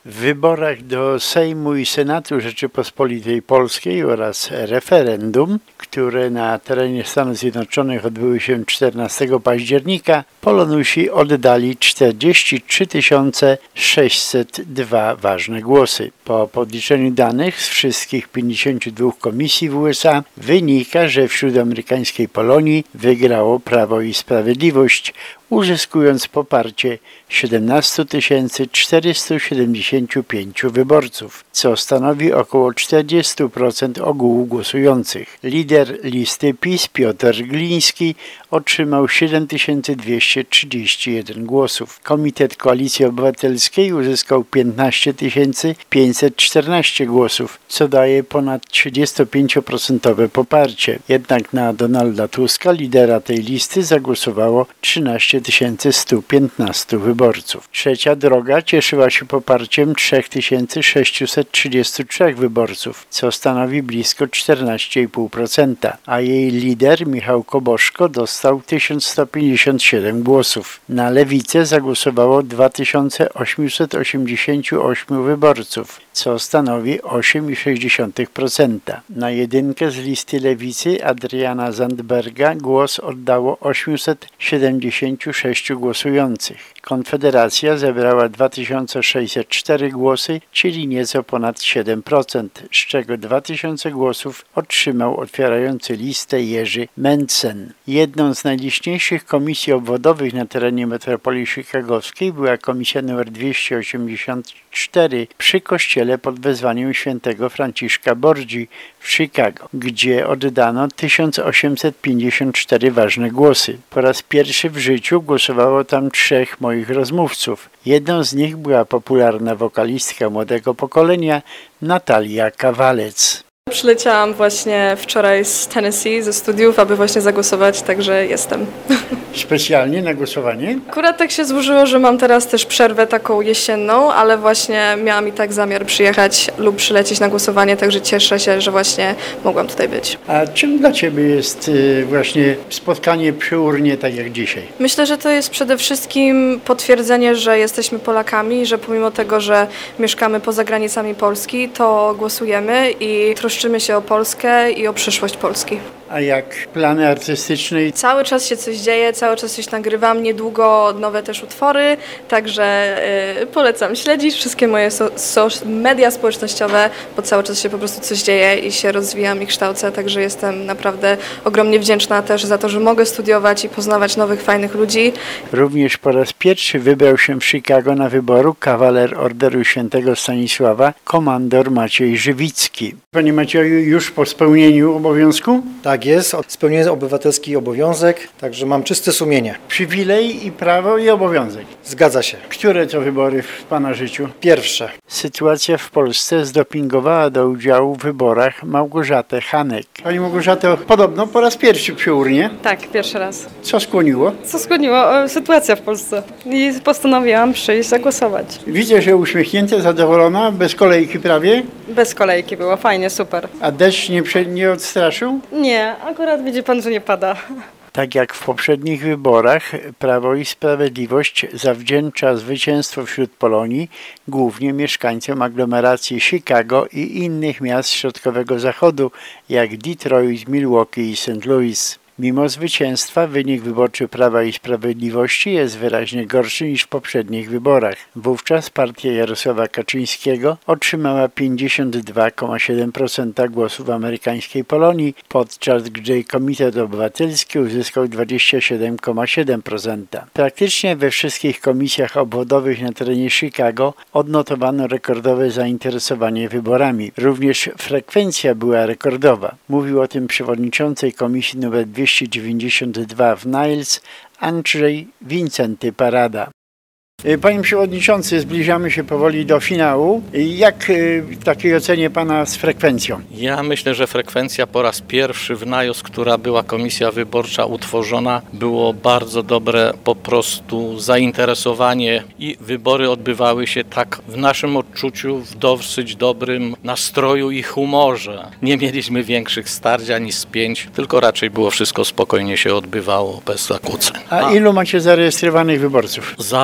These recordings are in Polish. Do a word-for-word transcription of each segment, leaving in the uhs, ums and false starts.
W wyborach do Sejmu i Senatu Rzeczypospolitej Polskiej oraz referendum, które na terenie Stanów Zjednoczonych odbyły się czternastego października, Polonusi oddali czterdzieści trzy tysiące sześćset dwa ważne głosy. Po podliczeniu danych z wszystkich pięćdziesięciu dwóch komisji w U S A wynika, że wśród amerykańskiej Polonii wygrało Prawo i Sprawiedliwość, uzyskując poparcie siedemnaście tysięcy czterysta siedemdziesiąt pięć wyborców, co stanowi około czterdzieści procent ogółu głosujących. Lider listy PiS Piotr Gliński otrzymał siedem tysięcy dwieście trzydzieści jeden głosów. Komitet Koalicji Obywatelskiej uzyskał piętnaście tysięcy pięćset czternaście głosów, co daje ponad trzydzieści pięć procent poparcie. Jednak na Donalda Tuska, lidera tej listy, zagłosowało trzynaście tysięcy sto piętnaście wyborców. Trzecia droga cieszyła się poparciem trzy tysiące sześćset trzydzieści trzy wyborców, co stanowi blisko czternaście i pół procent, a jej lider Michał Koboszko dostał tysiąc sto pięćdziesiąt siedem głosów. Na Lewicę zagłosowało dwa tysiące osiemset osiemdziesiąt osiem wyborców, co stanowi osiem przecinek sześć procent. Na jedynkę z listy Lewicy Adriana Zandberga głos oddało osiemset siedemdziesiąt sześć głosujących. Konfederacja zebrała dwa tysiące sześćset cztery głosy, czyli nieco ponad siedem procent, z czego dwa tysiące głosów otrzymał otwierający listę Jerzy Mencen. Jedną z najliczniejszych komisji obwodowych na terenie metropolii chicagowskiej była komisja nr dwieście osiemdziesiąt cztery przy kościele pod wezwaniem świętego Franciszka Borgi w Chicago, gdzie oddano tysiąc osiemset pięćdziesiąt cztery ważne głosy. Po raz pierwszy w życiu głosowało tam trzech moich rozmówców. Jedną z nich była popularna wokalistka młodego pokolenia Natalia Kawalec. Przyleciałam właśnie wczoraj z Tennessee, ze studiów, aby właśnie zagłosować, także jestem. Specjalnie na głosowanie? Akurat tak się złożyło, że mam teraz też przerwę taką jesienną, ale właśnie miałam i tak zamiar przyjechać lub przylecieć na głosowanie, także cieszę się, że właśnie mogłam tutaj być. A czym dla Ciebie jest właśnie spotkanie przy urnie tak jak dzisiaj? Myślę, że to jest przede wszystkim potwierdzenie, że jesteśmy Polakami, że pomimo tego, że mieszkamy poza granicami Polski, to głosujemy i troszczymy się o Polskę i o przyszłość Polski. A jak plany artystyczne? Cały czas się coś dzieje, cały czas coś nagrywam, niedługo nowe też utwory, także yy, polecam śledzić wszystkie moje so, so, media społecznościowe, bo cały czas się po prostu coś dzieje i się rozwijam i kształcę, także jestem naprawdę ogromnie wdzięczna też za to, że mogę studiować i poznawać nowych, fajnych ludzi. Również po raz pierwszy wybrał się w Chicago na wyboru kawaler Orderu Świętego Stanisława, komandor Maciej Żywicki. Panie Macieju, już po spełnieniu obowiązku? Tak jest, spełniłem obywatelski obowiązek, także mam czyste sumienie. Przywilej i prawo i obowiązek. Zgadza się. Które to wybory w Pana życiu? Pierwsze. Sytuacja w Polsce zdopingowała do udziału w wyborach Małgorzatę Hanek. Pani Małgorzato, podobno po raz pierwszy przy urnie. Tak, pierwszy raz. Co skłoniło? Co skłoniło? O, sytuacja w Polsce. I postanowiłam przyjść zagłosować. Widzę, że uśmiechnięta, zadowolona, bez kolejki prawie. Bez kolejki było, fajnie, super. A deszcz nie, prze, nie odstraszył? Nie, akurat widzi pan, że nie pada. Tak jak w poprzednich wyborach, Prawo i Sprawiedliwość zawdzięcza zwycięstwo wśród Polonii głównie mieszkańcom aglomeracji Chicago i innych miast środkowego zachodu, jak Detroit, Milwaukee i Saint Louis. Mimo zwycięstwa wynik wyborczy Prawa i Sprawiedliwości jest wyraźnie gorszy niż w poprzednich wyborach. Wówczas partia Jarosława Kaczyńskiego otrzymała pięćdziesiąt dwa przecinek siedem procent głosów w amerykańskiej Polonii, podczas gdy Komitet Obywatelski uzyskał dwadzieścia siedem przecinek siedem procent. Praktycznie we wszystkich komisjach obwodowych na terenie Chicago odnotowano rekordowe zainteresowanie wyborami. Również frekwencja była rekordowa. Mówił o tym przewodniczący Komisji nr dwieście dziewięćdziesiąt dwa w Niles Andrzej Wincenty Parada. Panie Przewodniczący, zbliżamy się powoli do finału. Jak w takiej ocenie Pana z frekwencją? Ja myślę, że frekwencja po raz pierwszy w NAJOS, która była komisja wyborcza utworzona, było bardzo dobre po prostu zainteresowanie i wybory odbywały się tak w naszym odczuciu w dosyć dobrym nastroju i humorze. Nie mieliśmy większych starć ani spięć, tylko raczej było wszystko spokojnie się odbywało bez zakłóceń. A ilu macie zarejestrowanych wyborców? Za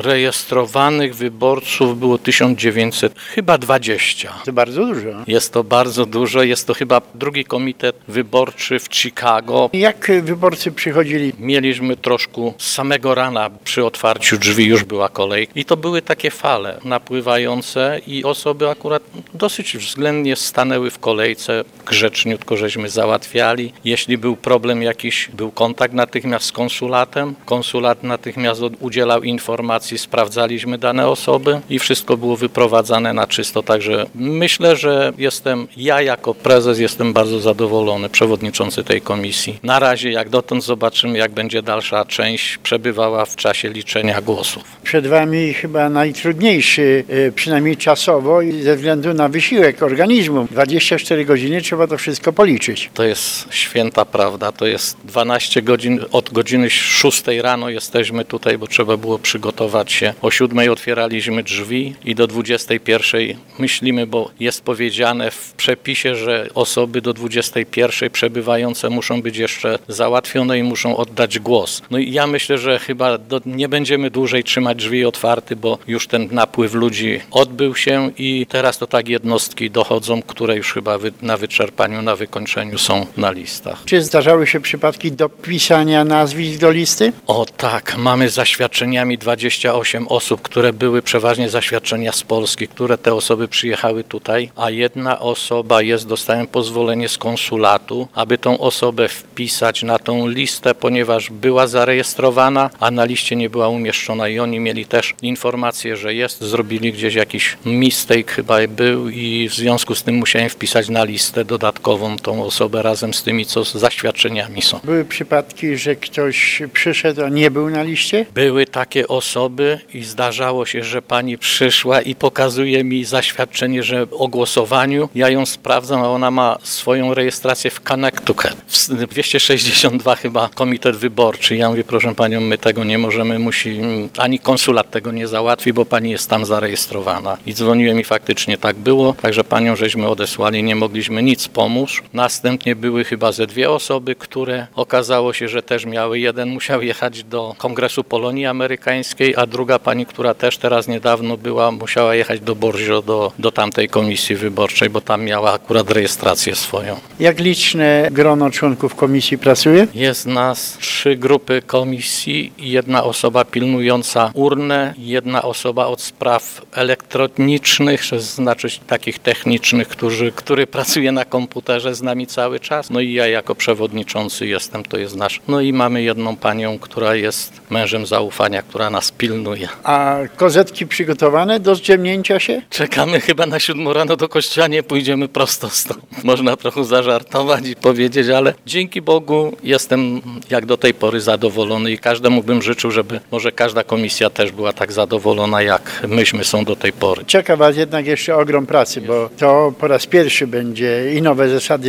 rejestrowanych wyborców było tysiąc dziewięćset, chyba dwadzieścia. To bardzo dużo. Jest to bardzo dużo, jest to chyba drugi komitet wyborczy w Chicago. Jak wyborcy przychodzili? Mieliśmy troszkę z samego rana przy otwarciu drzwi już była kolejka i to były takie fale napływające i osoby akurat dosyć względnie stanęły w kolejce, grzeczniutko żeśmy załatwiali. Jeśli był problem jakiś, był kontakt natychmiast z konsulatem, konsulat natychmiast udzielał informacji, sprawdzaliśmy dane osoby i wszystko było wyprowadzane na czysto, także myślę, że jestem, ja jako prezes jestem bardzo zadowolony, przewodniczący tej komisji. Na razie jak dotąd zobaczymy, jak będzie dalsza część przebywała w czasie liczenia głosów. Przed Wami chyba najtrudniejszy, przynajmniej czasowo i ze względu na wysiłek organizmu. dwadzieścia cztery godziny trzeba to wszystko policzyć. To jest święta prawda, to jest dwanaście godzin, od godziny szóstej rano jesteśmy tutaj, bo trzeba było przygotować się. O siódmej otwieraliśmy drzwi i do dwudziestej pierwszej myślimy, bo jest powiedziane w przepisie, że osoby do dwudziestej pierwszej przebywające muszą być jeszcze załatwione i muszą oddać głos. No i ja myślę, że chyba do, nie będziemy dłużej trzymać drzwi otwarte, bo już ten napływ ludzi odbył się i teraz to tak jednostki dochodzą, które już chyba wy, na wyczerpaniu, na wykończeniu są na listach. Czy zdarzały się przypadki dopisania nazwisk do listy? O tak, mamy zaświadczeniami dwadzieścia osiem osób, które były przeważnie zaświadczenia z Polski, które te osoby przyjechały tutaj, a jedna osoba jest, dostałem pozwolenie z konsulatu, aby tą osobę wpisać na tą listę, ponieważ była zarejestrowana, a na liście nie była umieszczona i oni mieli też informację, że jest, zrobili gdzieś jakiś mistake chyba był i w związku z tym musiałem wpisać na listę dodatkową tą osobę razem z tymi, co z zaświadczeniami są. Były przypadki, że ktoś przyszedł, a nie był na liście? Były takie osoby i zdarzało się, że pani przyszła i pokazuje mi zaświadczenie, że o głosowaniu. Ja ją sprawdzam, a ona ma swoją rejestrację w Connecticut. W dwieście sześćdziesiąt dwa chyba komitet wyborczy. Ja mówię, proszę panią, my tego nie możemy, musi, ani konsulat tego nie załatwi, bo pani jest tam zarejestrowana. I dzwoniłem i faktycznie tak było, także panią żeśmy odesłali, nie mogliśmy nic pomóc. Następnie były chyba ze dwie osoby, które okazało się, że też miały, jeden musiał jechać do Kongresu Polonii Amerykańskiej, a druga pani, która też teraz niedawno była, musiała jechać do Borzio, do, do tamtej komisji wyborczej, bo tam miała akurat rejestrację swoją. Jak liczne grono członków komisji pracuje? Jest nas trzy grupy komisji, jedna osoba pilnująca urnę, jedna osoba od spraw elektronicznych, to znaczy takich technicznych, którzy, który pracuje na komputerze z nami cały czas. No i ja jako przewodniczący jestem, to jest nasz. No i mamy jedną panią, która jest mężem zaufania, która nas pilnuje. A kozetki przygotowane do zdziemnięcia się? Czekamy chyba na siódmą rano do kościoła, nie pójdziemy prosto stąd. Można trochę zażartować i powiedzieć, ale dzięki Bogu jestem jak do tej pory zadowolony i każdemu bym życzył, żeby może każda komisja też była tak zadowolona, jak myśmy są do tej pory. Czeka Was jednak jeszcze ogrom pracy, bo to po raz pierwszy będzie i nowe zasady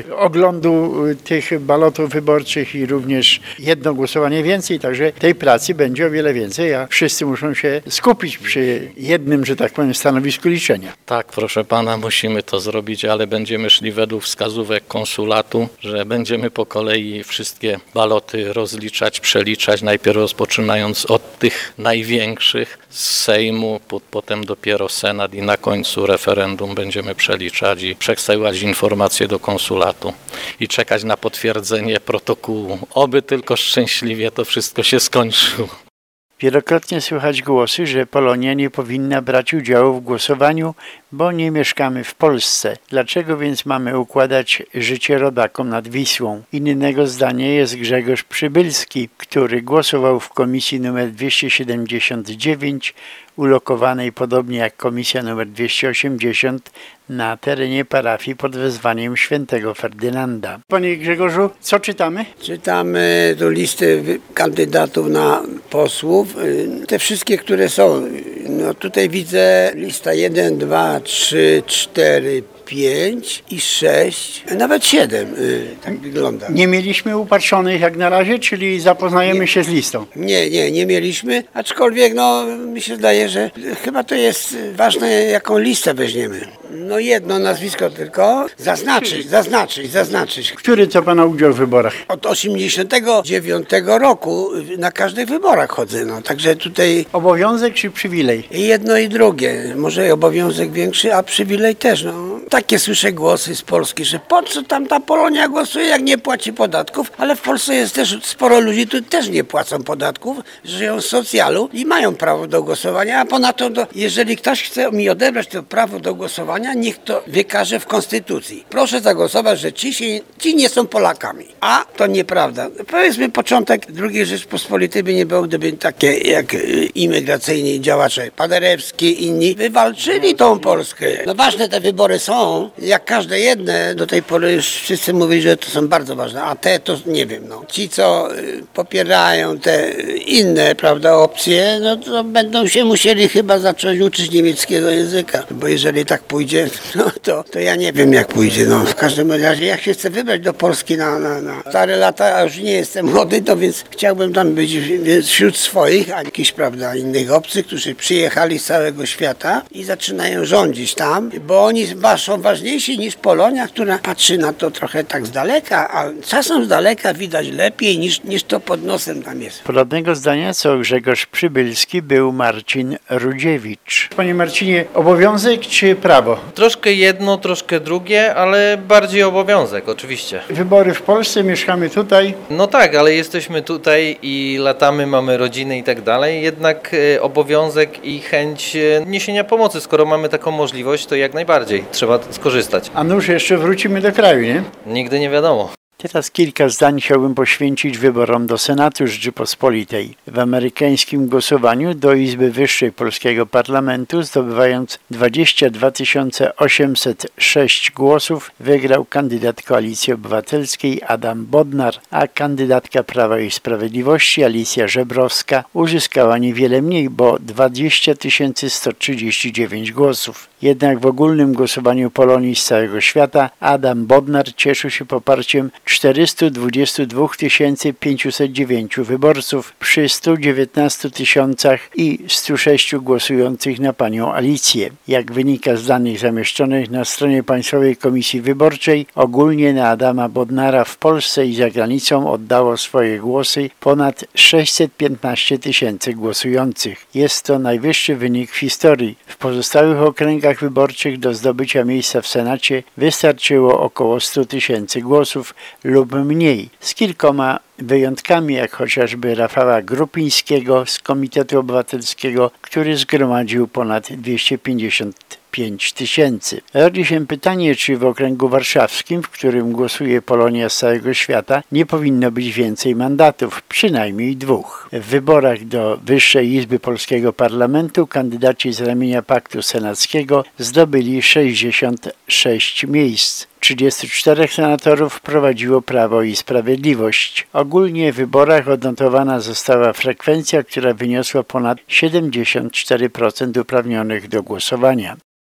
oglądu tych balotów wyborczych i również jedno głosowanie więcej, także tej pracy będzie o wiele więcej, a wszyscy muszą się skupić przy jednym, że tak powiem, stanowisku liczenia. Tak, proszę pana, musimy to zrobić, ale będziemy szli według wskazówek konsulatu, że będziemy po kolei wszystkie baloty rozliczać, przeliczać, najpierw rozpoczynając od tych największych z Sejmu, potem dopiero Senat i na końcu referendum będziemy przeliczać i przesyłać informacje do konsulatu i czekać na potwierdzenie protokołu. Oby tylko szczęśliwie to wszystko się skończyło. Wielokrotnie słychać głosy, że Polonia nie powinna brać udziału w głosowaniu, bo nie mieszkamy w Polsce. Dlaczego więc mamy układać życie rodakom nad Wisłą? Innego zdania jest Grzegorz Przybylski, który głosował w komisji numer dwieście siedemdziesiąt dziewięć, ulokowanej podobnie jak komisja numer dwieście osiemdziesiąt na terenie parafii pod wezwaniem świętego Ferdynanda. Panie Grzegorzu, co czytamy? Czytamy tu listę kandydatów na posłów. Te wszystkie, które są No tutaj widzę lista jeden, dwa, trzy, cztery, pięć i sześć, nawet siedem, tak wygląda. Nie mieliśmy upatrzonych jak na razie, czyli zapoznajemy Nie. się z listą. Nie, nie, nie mieliśmy, aczkolwiek no mi się zdaje, że chyba to jest ważne, jaką listę weźmiemy. No jedno nazwisko tylko, zaznaczyć, zaznaczyć, zaznaczyć. Który to Pana udział w wyborach? Od osiemdziesiątego dziewiątego roku na każdych wyborach chodzę, no także tutaj Obowiązek czy przywilej? jedno i drugie, może obowiązek większy, a przywilej też, no. Takie słyszę głosy z Polski, że po co tam ta Polonia głosuje, jak nie płaci podatków, ale w Polsce jest też sporo ludzi, tu też nie płacą podatków, żyją z socjalu i mają prawo do głosowania, a ponadto do, jeżeli ktoś chce mi odebrać to prawo do głosowania, niech to wykaże w Konstytucji. Proszę zagłosować, że ci, się, ci nie są Polakami, a to nieprawda. Powiedzmy początek drugiej Rzeczpospolitej by nie było, gdyby takie jak imigracyjni działacze, Paderewski, inni, wywalczyli tą Polskę. No ważne te wybory są, jak każde jedne, do tej pory już wszyscy mówili, że to są bardzo ważne, a te to nie wiem, no. Ci, co y, popierają te inne, prawda, opcje, no to będą się musieli chyba zacząć uczyć niemieckiego języka, bo jeżeli tak pójdzie, no to, to ja nie wiem jak pójdzie, no. W każdym razie jak się chcę wybrać do Polski na, na, na stare lata, a już nie jestem młody, no więc chciałbym tam być wśród swoich, a jakichś, prawda, innych obcych, którzy przyjechali z całego świata i zaczynają rządzić tam, bo oni są ważniejsi niż Polonia, która patrzy na to trochę tak z daleka, a czasem z daleka widać lepiej niż, niż to pod nosem tam jest. Podobnego zdania co Grzegorz Przybylski był Marcin Rudziewicz. Panie Marcinie, obowiązek czy prawo? Troszkę jedno, troszkę drugie, ale bardziej obowiązek oczywiście. Wybory w Polsce, mieszkamy tutaj. No tak, ale jesteśmy tutaj i latamy, mamy rodziny i tak dalej, jednak e, obowiązek i chęć e, niesienia pomocy, skoro mamy taką możliwość, to jak najbardziej trzeba skorzystać. A nuż jeszcze wrócimy do kraju, nie? Nigdy nie wiadomo. Teraz kilka zdań chciałbym poświęcić wyborom do Senatu Rzeczypospolitej. W amerykańskim głosowaniu do Izby Wyższej Polskiego Parlamentu, zdobywając dwadzieścia dwa tysiące osiemset sześć głosów, wygrał kandydat Koalicji Obywatelskiej Adam Bodnar, a kandydatka Prawa i Sprawiedliwości Alicja Żebrowska uzyskała niewiele mniej, bo dwadzieścia tysięcy sto trzydzieści dziewięć głosów. Jednak w ogólnym głosowaniu Polonii z całego świata Adam Bodnar cieszył się poparciem czterysta dwadzieścia dwa tysięcy pięćset dziewięć wyborców przy stu dziewiętnastu tysiącach i stu sześciu głosujących na panią Alicję. Jak wynika z danych zamieszczonych na stronie Państwowej Komisji Wyborczej, ogólnie na Adama Bodnara w Polsce i za granicą oddało swoje głosy ponad sześćset piętnaście tysięcy głosujących. Jest to najwyższy wynik w historii. W pozostałych okręgach wyborczych do zdobycia miejsca w Senacie wystarczyło około stu tysięcy głosów lub mniej, z kilkoma wyjątkami, jak chociażby Rafała Grupińskiego z Komitetu Obywatelskiego, który zgromadził ponad dwieście pięćdziesiąt pięć tysięcy. Rodzi się pytanie, czy w okręgu warszawskim, w którym głosuje Polonia z całego świata, nie powinno być więcej mandatów, przynajmniej dwóch. W wyborach do Wyższej Izby Polskiego Parlamentu kandydaci z ramienia Paktu Senackiego zdobyli sześćdziesiąt sześć miejsc. trzydziestu czterech senatorów prowadziło Prawo i Sprawiedliwość. Ogólnie w wyborach odnotowana została frekwencja, która wyniosła ponad siedemdziesiąt cztery procent uprawnionych do głosowania.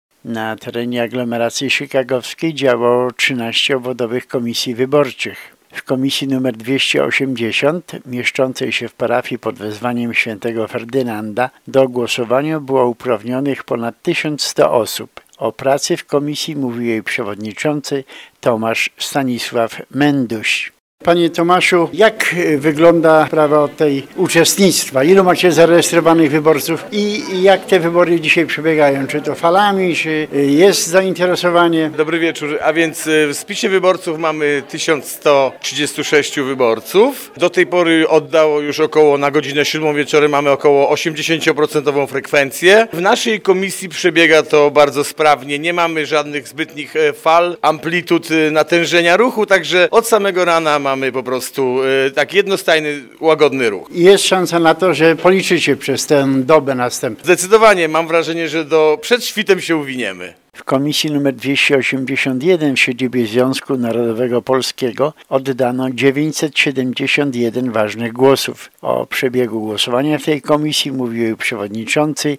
Na terenie aglomeracji chicagowskiej działało trzynaście obwodowych komisji wyborczych. W komisji nr dwieście osiemdziesiąt, mieszczącej się w parafii pod wezwaniem świętego Ferdynanda, do głosowania było uprawnionych ponad tysiąc sto osób. O pracy w komisji mówił jej przewodniczący Tomasz Stanisław Menduś. Panie Tomaszu, jak wygląda sprawa od tej uczestnictwa? Ilu macie zarejestrowanych wyborców i jak te wybory dzisiaj przebiegają? Czy to falami, czy jest zainteresowanie? Dobry wieczór, a więc w spisie wyborców mamy tysiąc sto trzydzieści sześć wyborców. Do tej pory oddało już około, na godzinę siódmą wieczorem mamy około osiemdziesięcioprocentową frekwencję. W naszej komisji przebiega to bardzo sprawnie, nie mamy żadnych zbytnich fal, amplitud natężenia ruchu, także od samego rana mamy po prostu y, tak jednostajny, łagodny ruch. Jest szansa na to, że policzycie przez tę dobę następną? Zdecydowanie, mam wrażenie, że do, przed świtem się uwiniemy. W komisji nr dwieście osiemdziesiąt jeden w siedzibie Związku Narodowego Polskiego oddano dziewięćset siedemdziesiąt jeden ważnych głosów. O przebiegu głosowania w tej komisji mówił jej przewodniczący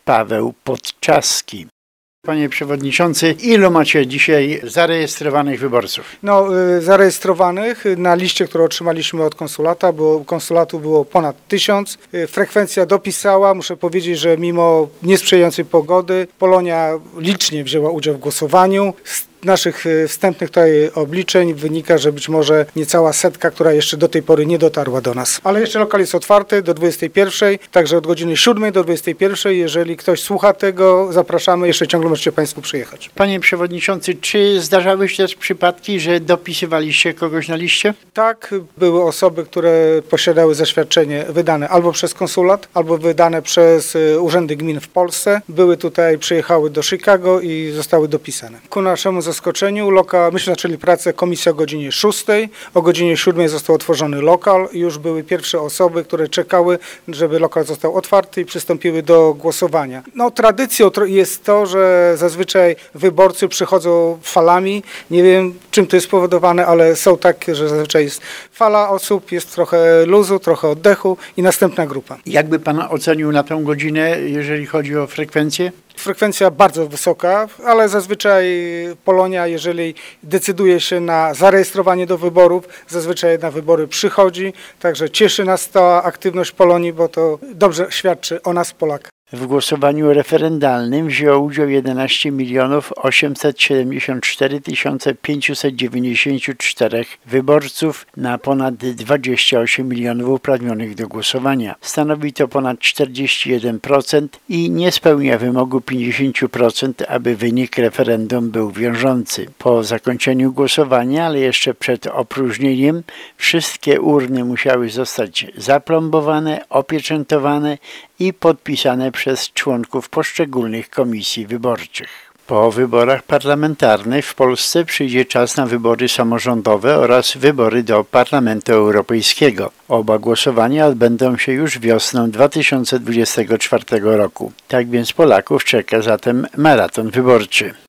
Paweł Podczaski. Panie Przewodniczący, ilu macie dzisiaj zarejestrowanych wyborców? No, y, zarejestrowanych na liście, którą otrzymaliśmy od konsulata, bo konsulatu było ponad tysiąc. Y, frekwencja dopisała. Muszę powiedzieć, że mimo niesprzyjającej pogody Polonia licznie wzięła udział w głosowaniu. Z naszych wstępnych tutaj obliczeń wynika, że być może niecała setka, która jeszcze do tej pory nie dotarła do nas. Ale jeszcze lokal jest otwarty do dwudziestej pierwszej, także od godziny siódmej do dwudziestej pierwszej. Jeżeli ktoś słucha tego, zapraszamy. Jeszcze ciągle możecie Państwo przyjechać. Panie Przewodniczący, czy zdarzały się też przypadki, że dopisywaliście kogoś na liście? Tak, były osoby, które posiadały zaświadczenie wydane albo przez konsulat, albo wydane przez urzędy gmin w Polsce. Były tutaj, przyjechały do Chicago i zostały dopisane. Ku naszemu zaskoczeniu lokal, myśmy zaczęli pracę komisji o godzinie szóstej, o godzinie siódmej został otworzony lokal i już były pierwsze osoby, które czekały, żeby lokal został otwarty i przystąpiły do głosowania. No, tradycją jest to, że zazwyczaj wyborcy przychodzą falami. Nie wiem, czym to jest spowodowane, ale są takie, że zazwyczaj jest fala osób, jest trochę luzu, trochę oddechu i następna grupa. Jakby Pan ocenił na tę godzinę, jeżeli chodzi o frekwencję? Frekwencja bardzo wysoka, ale zazwyczaj Polonia, jeżeli decyduje się na zarejestrowanie do wyborów, zazwyczaj na wybory przychodzi, także cieszy nas ta aktywność Polonii, bo to dobrze świadczy o nas, Polakach. W głosowaniu referendalnym wzięło udział jedenaście milionów osiemset siedemdziesiąt cztery tysiące pięćset dziewięćdziesiąt cztery wyborców na ponad dwadzieścia osiem milionów uprawnionych do głosowania. Stanowi to ponad czterdzieści jeden procent i nie spełnia wymogu pięćdziesiąt procent, aby wynik referendum był wiążący. Po zakończeniu głosowania, ale jeszcze przed opróżnieniem, wszystkie urny musiały zostać zaplombowane, opieczętowane i podpisane przez członków poszczególnych komisji wyborczych. Po wyborach parlamentarnych w Polsce przyjdzie czas na wybory samorządowe oraz wybory do Parlamentu Europejskiego. Oba głosowania odbędą się już wiosną dwa tysiące dwudziestego czwartego roku. Tak więc Polaków czeka zatem maraton wyborczy.